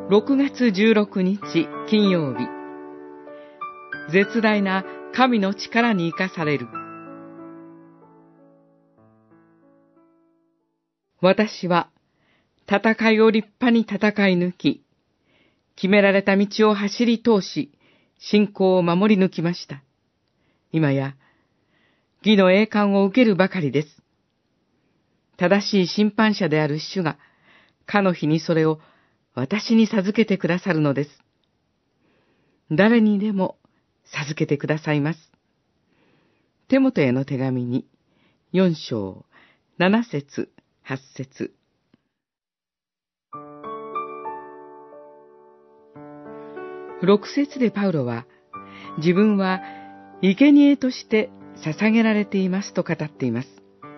6月16日金曜日、絶大な神の力に生かされる。私は戦いを立派に戦い抜き、決められた道を走り通し、信仰を守り抜きました。今や義の栄冠を受けるばかりです。正しい審判者である主が、かの日にそれを私に授けてくださるのです。誰にでも授けてくださいます。テモテへの手紙に4章7節8節。6節でパウロは、自分は生贄として捧げられていますと語っています。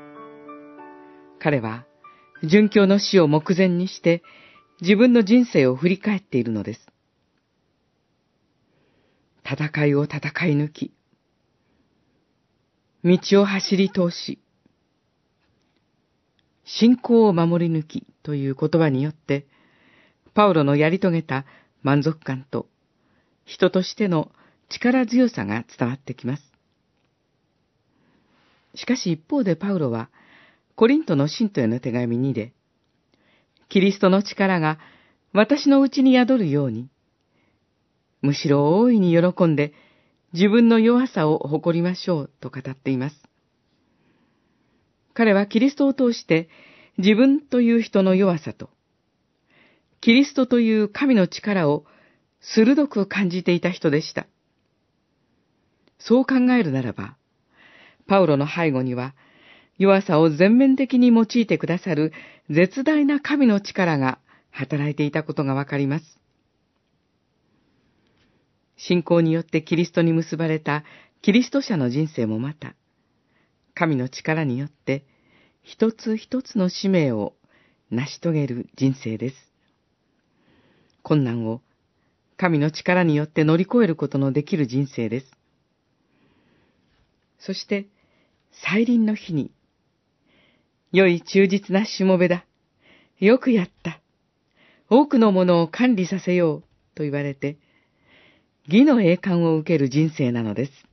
彼は殉教の死を目前にして自分の人生を振り返っているのです。戦いを戦い抜き、道を走り通し、信仰を守り抜きという言葉によって、パウロのやり遂げた満足感と人としての力強さが伝わってきます。しかし一方でパウロは、コリントの信徒への手紙2で、キリストの力が私のうちに宿るように、むしろ大いに喜んで自分の弱さを誇りましょうと語っています。彼はキリストを通して自分という人の弱さと、キリストという神の力を鋭く感じていた人でした。そう考えるならば、パウロの背後には、弱さを全面的に用いてくださる絶大な神の力が働いていたことがわかります。信仰によってキリストに結ばれたキリスト者の人生もまた、神の力によって一つ一つの使命を成し遂げる人生です。困難を神の力によって乗り越えることのできる人生です。そして、再臨の日に、良い忠実なしもべだ。よくやった。多くのものを管理させようと言われて、義の栄冠を受ける人生なのです。